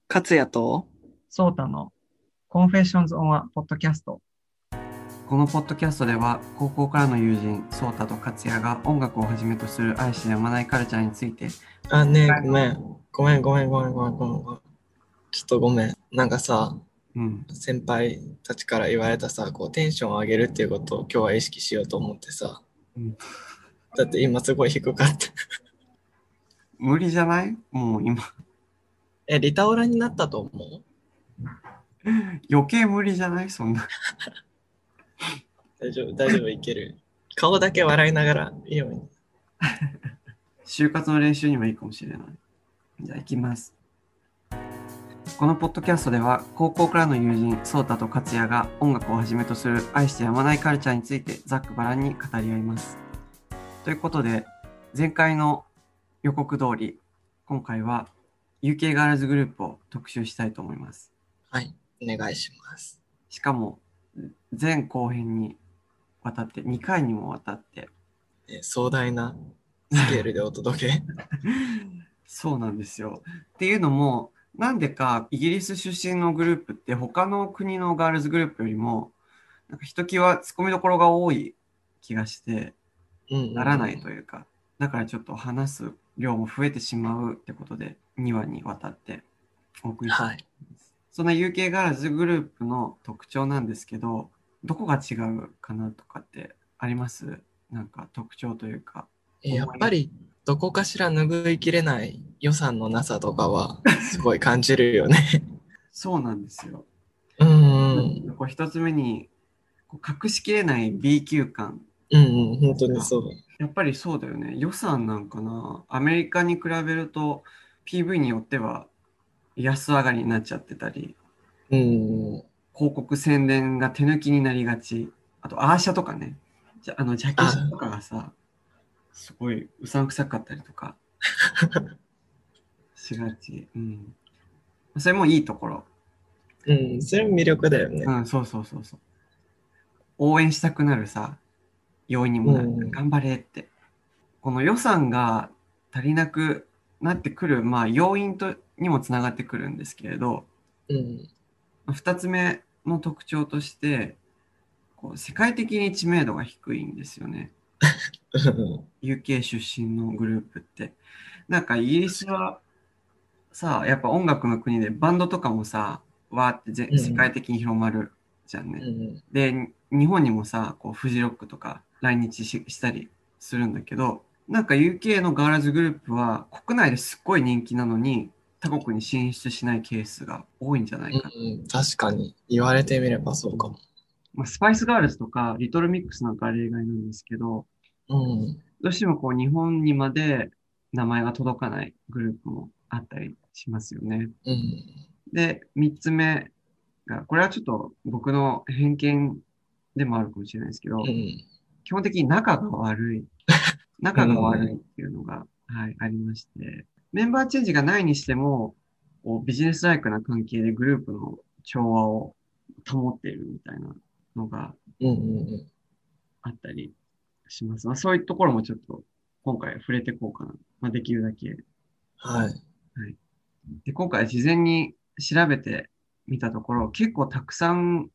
勝也と、 ソータの Confessions on a Podcast。 このポッドキャストでは高校からの友人ソータと勝也が音楽をはじめとする愛してやまないカルチャーについて。 ねえ、ごめん。ちょっとごめん。なんかさ、先輩たちから言われたさ、こうテンションを上げるっていうことを今日は意識しようと思ってさ。だって今すごい低かった。 無理じゃない？もう今。 リタオラになったと思う？ 余計無理じゃない？そんな。 大丈夫、いける。顔だけ笑いながらいいように。 就活の練習にもいいかもしれない。じゃあ行きます。このポッドキャストでは高校からの友人ソータと勝也が音楽をはじめとする愛してやまないカルチャーについてざっくばらんに語り合います。ということで、前回の予告通り今回は UK ガールズグループを特集したいと思います。 はい、お願いします。 しかも前後編にわたって2回にもわたって壮大なスケールでお届けそうなんですよ。っていうのも、なんでかイギリス出身のグループって他の国のガールズグループよりもなんかひときわ突っ込みどころが多い気がしてならないというか、だからちょっと話す量も増えてしまうってことで2話にわたってお送りします。はい、そんな UK ガールズグループの特徴なんですけど、どこが違うかなとかってあります？なんか特徴というか。 やっぱりどこかしら拭いきれない予算のなさとかはすごい感じるよね。 そうなんですよ。 こう一つ目にこう隠しきれない B 級感。 本当にそう。 やっぱりそうだよね。予算なんかな。アメリカに比べると PV によっては安上がりになっちゃってたり、広告宣伝が手抜きになりがち。あとアーシャとかね。ジャケ写とかがさ、すごいうさんくさかったりとかしがち。それもいいところ。 それも魅力だよね。 そう。応援したくなるさ、要因にもなる。頑張れって。この予算が足りなくなってくる、要因にもつながってくるんですけれど、二つ目の特徴として、こう世界的に知名度が低いんですよね。UK 出身のグループって。なんかイギリスはさ、やっぱ音楽の国でバンドとかもさ、わーって世界的に広まるじゃんね。で、日本にもさ、こうフジロックとか来日したりするんだけど、なんか UK のガールズグループは国内ですっごい人気なのに他国に進出しないケースが多いんじゃないかな。確かに言われてみればそうかも。 スパイスガールズとかリトルミックスなんか例外なんですけど、どうしてもこう日本にまで名前が届かないグループもあったりしますよね。で、三つ目が、これはちょっと僕の偏見でもあるかもしれないですけど、基本的に仲が悪い。仲が悪いっていうのが、はい、ありまして、メンバーチェンジがないにしても、ビジネスライクな関係でグループの調和を保っているみたいなのがあったりします。そういうところもちょっと今回触れていこうかな。できるだけ。 はい。はい。 で、今回事前に調べてみたところ、結構たくさん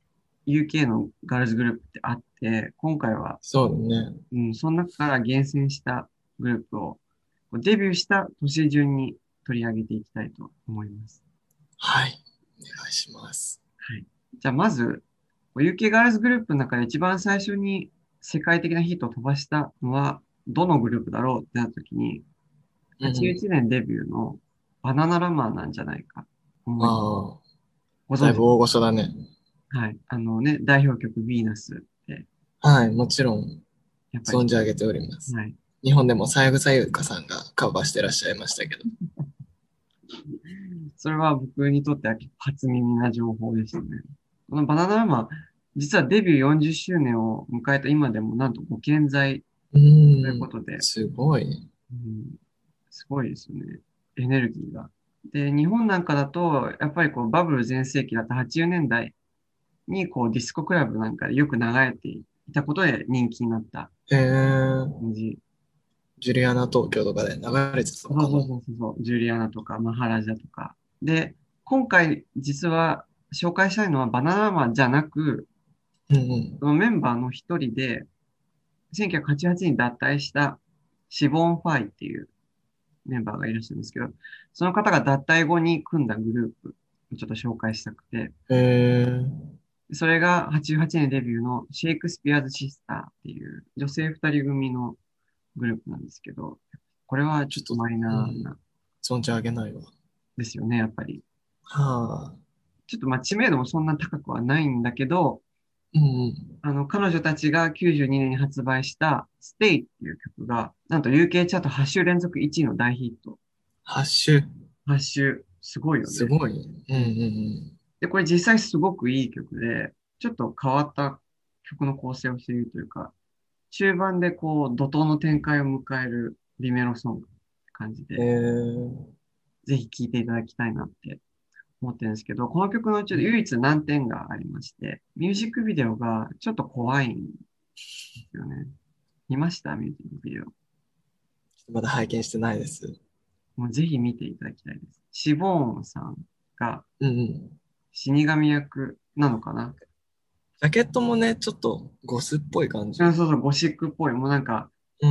UK のガールズグループってあって、今回は、 そうね。 その中から厳選したグループをデビューした年順に取り上げていきたいと思います。 はい。お願いします。 はい。じゃあまず、UK ガールズグループの中で一番最初に世界的なヒットを飛ばしたのは、どのグループだろうってなった時に、81年デビューのバナナラマーなんじゃないかと思います。だいぶ大御所だね。 はい。代表曲ヴィーナスで。 はい、もちろん存じ上げております。はい。日本でも三枝優香さんがカバーしてらっしゃいましたけど。 それは僕にとっては初耳な情報でしたね。このバナナラマー、実はデビュー40周年を迎えた今でもなんとご健在ということで。 すごい。 すごいですよね。エネルギーが。で、日本なんかだと、やっぱりこうバブル全盛期だった80年代にこうディスコクラブなんかでよく流れていたことで人気になった感じ。 ジュリアナ東京とかで流れてたのかな。 そう。ジュリアナとかマハラジャとかで今回実は紹介したいのはバナナマンじゃなく、 うんうん。 そのメンバーの一人で、1988年に脱退したシボーン・ファイっていうメンバーがいらっしゃるんですけど、その方が脱退後に組んだグループをちょっと紹介したくて、 へー。 それが88年デビューのシェイクスピアーズ・シスターっていう女性二人組のグループなんですけど、これはちょっとマイナーな存じ上げないわ。 ですよね、やっぱり。 はあ。 ちょっとまあ知名度もそんな高くはないんだけど、 うんうん。 彼女たちが92年に発売した Stay っていう曲が、なんと UK チャート8週連続1位の大ヒット。 ハッシュ。 8週、すごいよね。 すごい。うんうんで、これ実際すごくいい曲で、ちょっと変わった曲の構成をしているというか、中盤でこう怒涛の展開を迎えるリメロソングって感じうん。 で、ぜひ聴いていただきたいなって思ってるんですけど、この曲のうち唯一難点がありまして、ミュージックビデオがちょっと怖いんですよね。見ましたミュージックビデオ。 まだ拝見してないです。 もうぜひ見ていただきたいです。シボーンさんがうんうん。 死神役なのかな。 ジャケットもね、ちょっとゴスっぽい感じ。 うん、そうそう、ゴシックっぽい。もうなんか、 うん。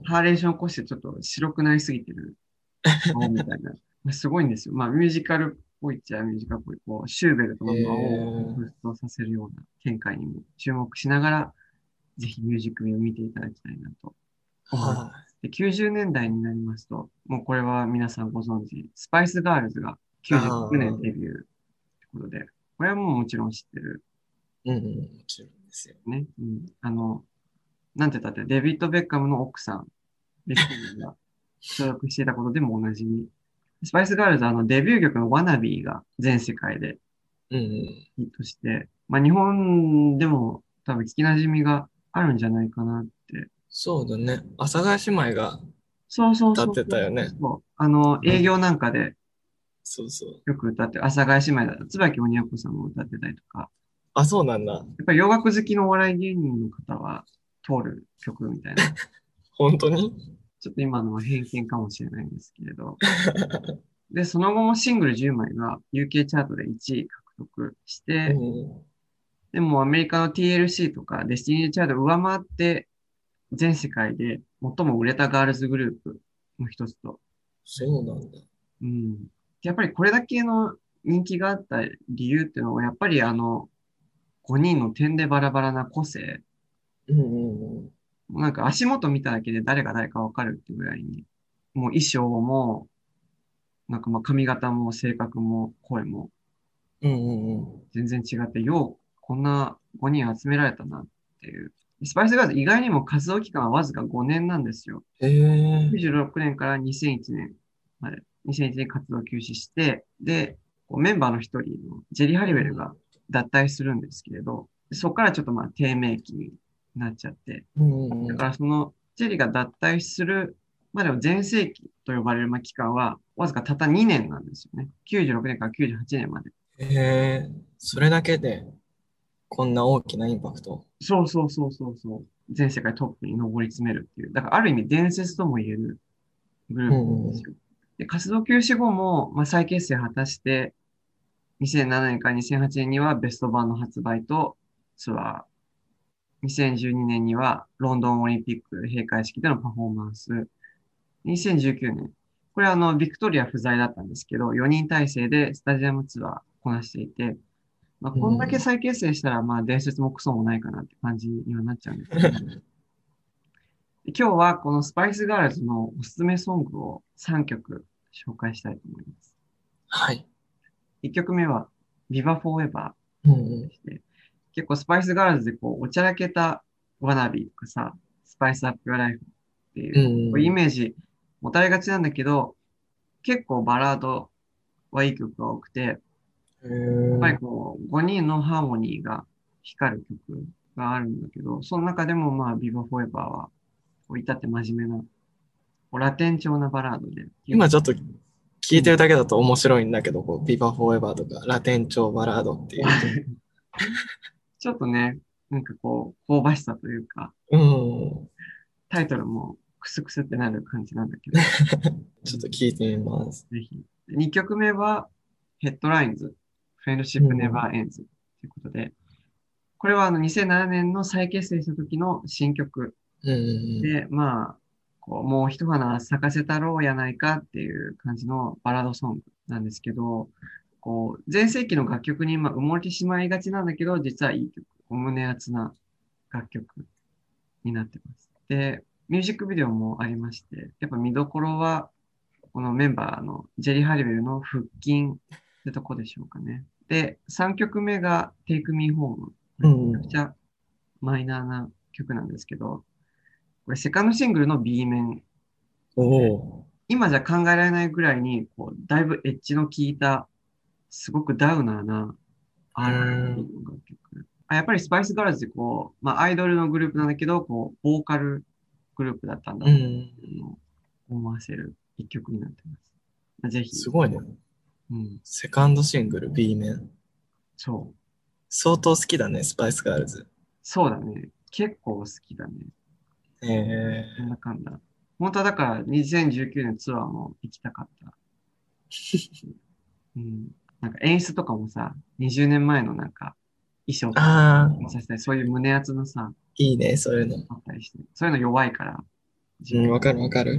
ハーレーション起こしてちょっと白くなりすぎてる顔みたいな。まあすごいんですよ。まあミュージカルっぽいっちゃミュージカルっぽい。こう、シューベルトの魔王をー、 ブーストさせるような展開にも注目しながら、ぜひミュージックビデオを見ていただきたいなと思います。 はで、90年代になりますと、もうこれは皆さんご存知、スパイスガールズがい。 96 ああ、 年デビューってことで、これはもうもちろん知ってるうんうん、もちろんですよ。 ね。うん。なんて言ったって、デビッド・ベッカムの奥さん、ベッカムが所属していたことでもおなじみ。スパイスガールズはデビュー曲のワナビーが全世界でうんうん。 ヒットして、まあ日本でも多分聞き馴染みがあるんじゃないかなって。 そうだね。阿佐ヶ谷姉妹がそうそう歌っそうそうてたよね。 そう。営業なんかでそうそう。 よく歌って、阿佐ヶ谷姉妹だったら、椿鬼奴さんも歌ってたりとか、 あ、そうなんだ。 やっぱり洋楽好きのお笑い芸人の方は通る曲みたいな。 本当に。 ちょっと今のは偏見かもしれないんですけれど。で、その後もシングル10枚が UK チャートで1位獲得しうて、 ん。 でもアメリカの TLC とかデスティニーチャートを上回って全世界で最も売れたガールズグループの一つと。 そうなんだ。 うん。やっぱりこれだけの人気があった理由っていうのは、やっぱり5人の点でバラバラな個性。 うんうんうん。 なんか足元見ただけで誰が誰かわかるっていうぐらいに、もう衣装も、なんかまあ髪型も性格も声もうんうんうん。 全然違って、ようこんな5人集められたなっていう。スパイスガールズ意外にも活動期間はわずか5年なんですよ。 へえ。 96年から2001年まで、2001年活動を休止して、で、こうメンバーの一人のジェリー・ハリウェルが脱退するんですけれど、そこからちょっとまあ低迷期になっちゃって、 うんうんうだかん。 らそのジェリーが脱退するまでの全盛期と呼ばれるまあ期間は、わずかたった2年なんですよね。96年から98年まで。 へえ。それだけで、こんな大きなインパクト。 そうそうそうそうそう。全世界トップに上り詰めるっていう。だからある意味伝説とも言えるグループうんうんうん。 なんですよ。で、活動休止後も、まあ、再結成を果たして、2007年から2008年にはベスト版の発売とツアー。2012年にはロンドンオリンピック閉会式でのパフォーマンス。2019年。これはビクトリア不在だったんですけど、4人体制でスタジアムツアーこなしていて、まあ、こんだけ再結成したら、まあ、伝説もクソもないかなって感じにはなっちゃうんですけど、今日はこのスパイスガールズのおすすめソングを3曲紹介したいと思います。 はい。 1曲目は Viva Forever うんうん。 でして、結構スパイスガールズでこう、おちゃらけたワナビーとかさ、スパイスアップ Your Life っていう、こうイうんメージ持たれがちなんだけど、結構バラードはいい曲が多くて、やっうん。 ぱりへえ。 こう、5人のハーモニーが光る曲があるんだけど、その中でもまあ Viva Forever は、こう至って真面目な、こうラテン調なバラードで、 今ちょっとうん、 聞いてるだけだと面白いんだけど、こう、ビバフォーエバーとか、ラテン調バラードっていうと。 ちょっとね、なんかこう、香ばしさというか、 うん。 タイトルもクスクスってなる感じなんだけど、 ちょっと聞いてみます。 ぜひ。2曲目は、 ヘッドラインズ、フレンドシップネバーエンズということで、これは2007年の再結成した時の新曲で、まあ、こうもう一花咲かせたろうやないかっていう感じのバラードソングなんですけど、こう、前世紀の楽曲に埋もれてしまいがちなんだけど、実はいい曲、胸熱な楽曲になってます。で、ミュージックビデオもありまして、やっぱ見どころは、このメンバーのジェリー・ハリウェルの腹筋ってとこでしょうかね。で、3曲目が Take Me Home。めちゃくちゃマイナーな曲なんですけど、これセカンドシングルの B 面。今じゃ考えられないぐらいに、こう、だいぶエッジの効いた、すごくダウナーな R&B の楽曲。やっぱりスパイスガールズってこう、アイドルのグループなんだけど、こう、ボーカルグループだったんだと思わせる一曲になってます。ぜひ。 すごいね。セカンドシングル B 面。 そう。 相当好きだね、スパイスガールズ。 そうだね。結構好きだね。なんだかんだ。本当はだから2019年ツアーも行きたかった。なんか演出とかもさ、20年前のなんか衣装とかさせて、そういう胸圧のさ、 いいね、そういうの。 あったりして。そういうの弱いから。 わかるわかる。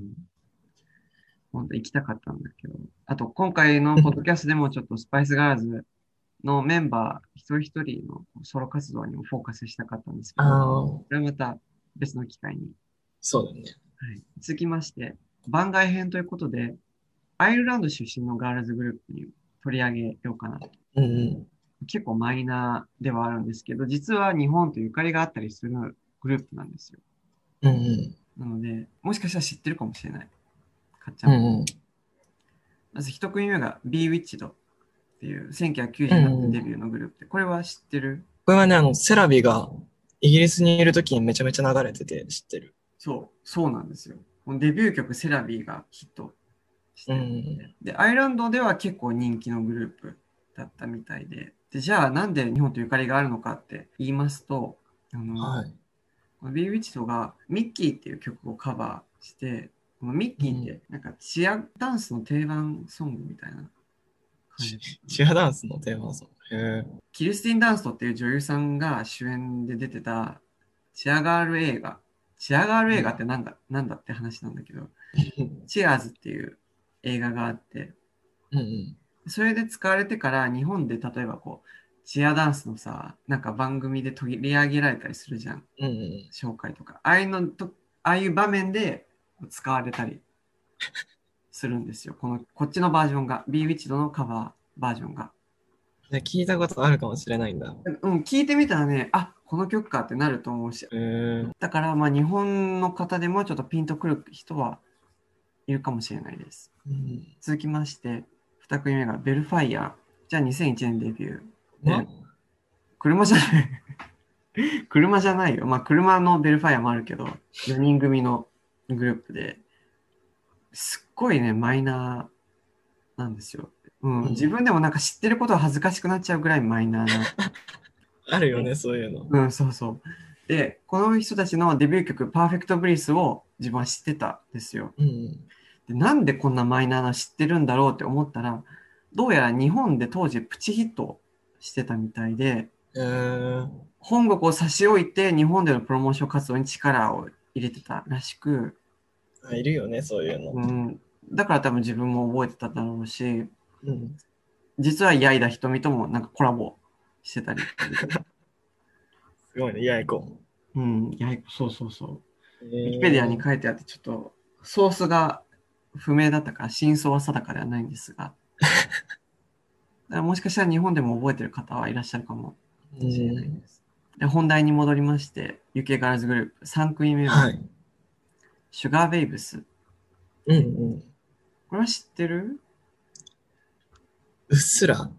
本当行きたかったんだけど。あと、今回のポッドキャストでもちょっとスパイスガールズのメンバー一人一人のソロ活動にもフォーカスしたかったんですけど、これはまた別の機会に。 そうだね。 はい。続きまして、番外編ということで、アイルランド出身のガールズグループに取り上げようかなと。結構マイナーではあるんですけど、実は日本とゆかりがあったりするグループなんですよ。なので、もしかしたら知ってるかもしれない。かっちゃん。まず一組目が B-Witched っていう1997年デビューのグループで、これは知ってる？ これはね、セラビがイギリスにいるときにめちゃめちゃ流れてて知ってる。 そうなんですよ。このデビュー曲セラビがヒットしてる、で、アイルランドでは結構人気のグループだったみたいで、じゃあなんで日本とゆかりがあるのかって言いますと、B-Witched がミッキーっていう曲をカバーして、このミッキーってなんかチアダンスの定番ソングみたいな感じ。チアダンスの定番ソング。 キルスティン・ダンストっていう女優さんが主演で出てたチアガール映画。チアガール映画ってなんだって話なんだけど、チアーズっていう映画があって、それで使われてから日本で例えばこう、チアダンスのさ、なんか番組で取り上げられたりするじゃん。紹介とか。ああいう場面で使われたりするんですよ。こっちのバージョンが、B-Witched のカバーバージョンが。 聞いたことあるかもしれないんだ。 聞いてみたらね、この曲かってなると思うし。だから日本の方でもちょっとピンとくる人はいるかもしれないです。続きまして、2組目がベルファイア。じゃあ2001年デビュー。車じゃない車じゃないよ。車のベルファイアもあるけど、4人組のグループで、すっごいね、マイナーなんですよ。自分でもなんか知ってることは恥ずかしくなっちゃうぐらいマイナーな。 あるよね、そういうの。 そうそう。で、この人たちのデビュー曲、パーフェクトブリースを自分は知ってたんですよ。で、なんでこんなマイナーな知ってるんだろうって思ったら、どうやら日本で当時プチヒットしてたみたいで、本国を差し置いて日本でのプロモーション活動に力を入れてたらしく、 いるよね、そういうの。 だから多分自分も覚えてただろうし、実は矢井田瞳ともなんかコラボしてたり。 すごいね、八重子。 八重子、そう。ウィキペディアに書いてあって、ちょっとソースが不明だったから、真相は定かではないんですが、だからもしかしたら日本でも覚えてる方はいらっしゃるかもしれないです。で、本題に戻りまして、UK ガールズグループ3組目は、シュガーベイブス。これは知ってる？ うっすら。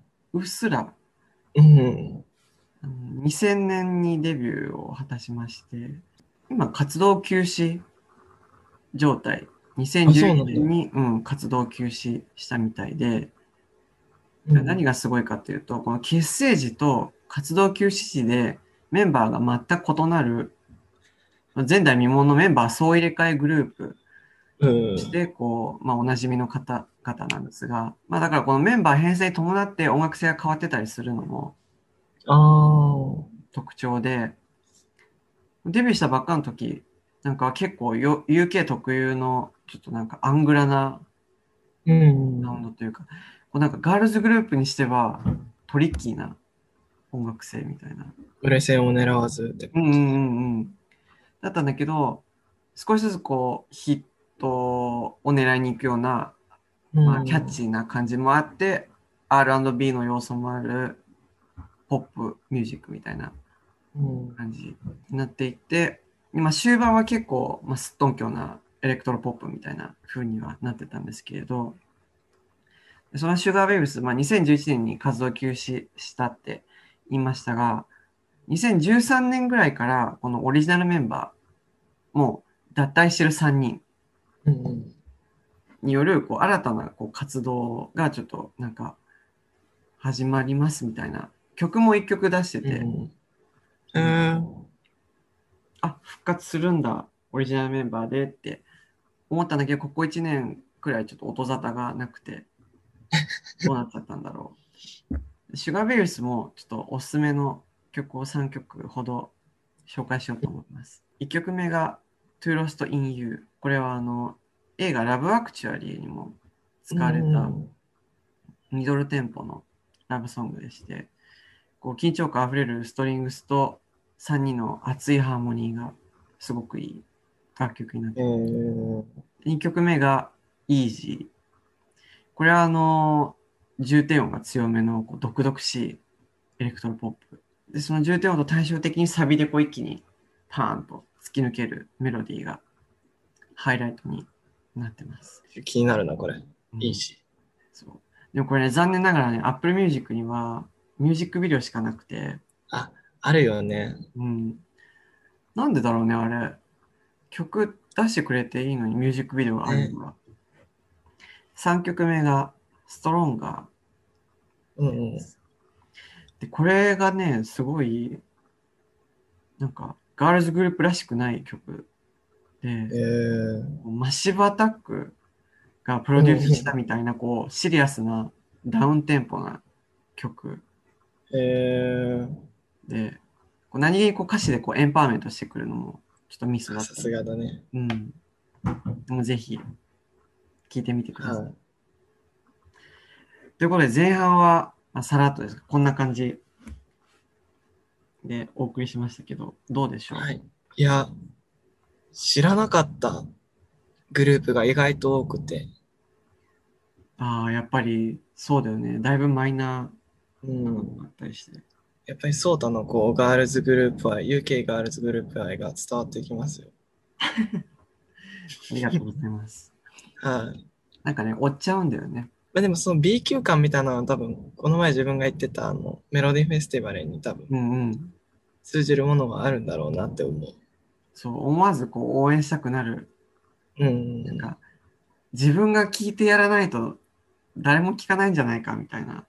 2000年にデビューを果たしまして、今活動休止状態。2011年に、活動休止したみたいで、何がすごいかっていうと、この結成時と活動休止時でメンバーが全く異なる、前代未聞のメンバー総入れ替えグループとして、おなじみの方方なんですが、まあだからこのメンバー編成に伴って音楽性が変わってたりするのも特徴で、デビューしたばっかの時、なんか結構UK 特有のちょっとなんかアングラなサウンドというか、こうなんかガールズグループにしてはトリッキーな音楽性みたいな。 売れ線を狙わずってうんうんうんうん。だったんだけど、少しずつこうヒットを狙いに行くような、まあ、キャッチーな感じもあって、R&B の要素もあるポップミュージックみたいな感じになっていって、今終盤は結構、まあ、すっとんきょうなエレクトロポップみたいな風にはなってたんですけれど、そのシュガーベイブス、まあ、2011年に活動休止したって言いましたが、2013年ぐらいからこのオリジナルメンバーも脱退してる3人によるこう新たなこう活動がちょっとなんか始まりますみたいな曲も1曲出してて、あ、復活するんだ、オリジナルメンバーでって思ったんだけど、ここ1年くらいちょっと音沙汰がなくて、どうなっちゃったんだろう。シュガーベリースもちょっとおすすめの曲を3曲ほど紹介しようと思います。1曲目が To Lost in You。これは映画ラブアクチュアリーにも使われたミドルテンポのラブソングでして、こう緊張感あふれるストリングスと3人の熱いハーモニーがすごくいい楽曲になっています。2曲目が Easy。これは重低音が強めのこう毒々しいエレクトロポップ。で、その重低音と対照的にサビでこう一気にパーンと突き抜けるメロディーがハイライトになってます。 気になるな、これ。いいし。 そう。でもこれね、残念ながらね、Apple Music にはミュージックビデオしかなくて。 あるよね。 なんでだろうね、あれ。曲出してくれていいのにミュージックビデオがあるのが。3曲目がストロンガー。で、これがね、すごい、なんか、ガールズグループらしくない曲で、マッシブアタックがプロデュースしたみたいな、こう、シリアスなダウンテンポな曲。で、こう何気にこう歌詞でこうエンパワーメントしてくるのも、ちょっとミスだった。 さすがだね。 でもぜひ、聴いてみてください。ということで、前半は、さらっとです。こんな感じでお送りしましたけど、どうでしょう？ いや、知らなかったグループが意外と多くて。 やっぱりそうだよね。だいぶマイナーだったりして。 やっぱりソータのこうガールズグループ愛、UK ガールズグループ愛が伝わってきますよ。 ありがとうございます。なんかね、追っちゃうんだよね。 でもその B 級感みたいなのは多分、この前自分が言ってたメロディフェスティバルに多分、通じるものがあるんだろうなって思う。 そう、思わずこう応援したくなる。なんか、自分が聞いてやらないと誰も聞かないんじゃないかみたいな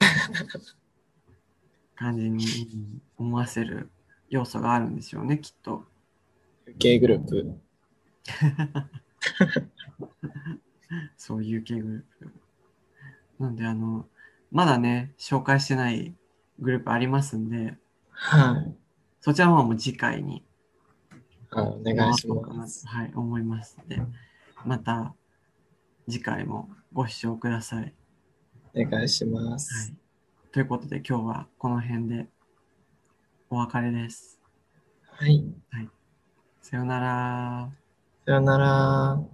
感じに思わせる要素があるんですよね、きっと。 UK グループ。 そういう UK グループ。なんでまだね、紹介してないグループありますんで、そちらの方も次回にお願いします。 思いますので、また次回もご視聴ください。 お願いします。 ということで今日はこの辺でお別れです。 はい。 さよなら。 さよなら。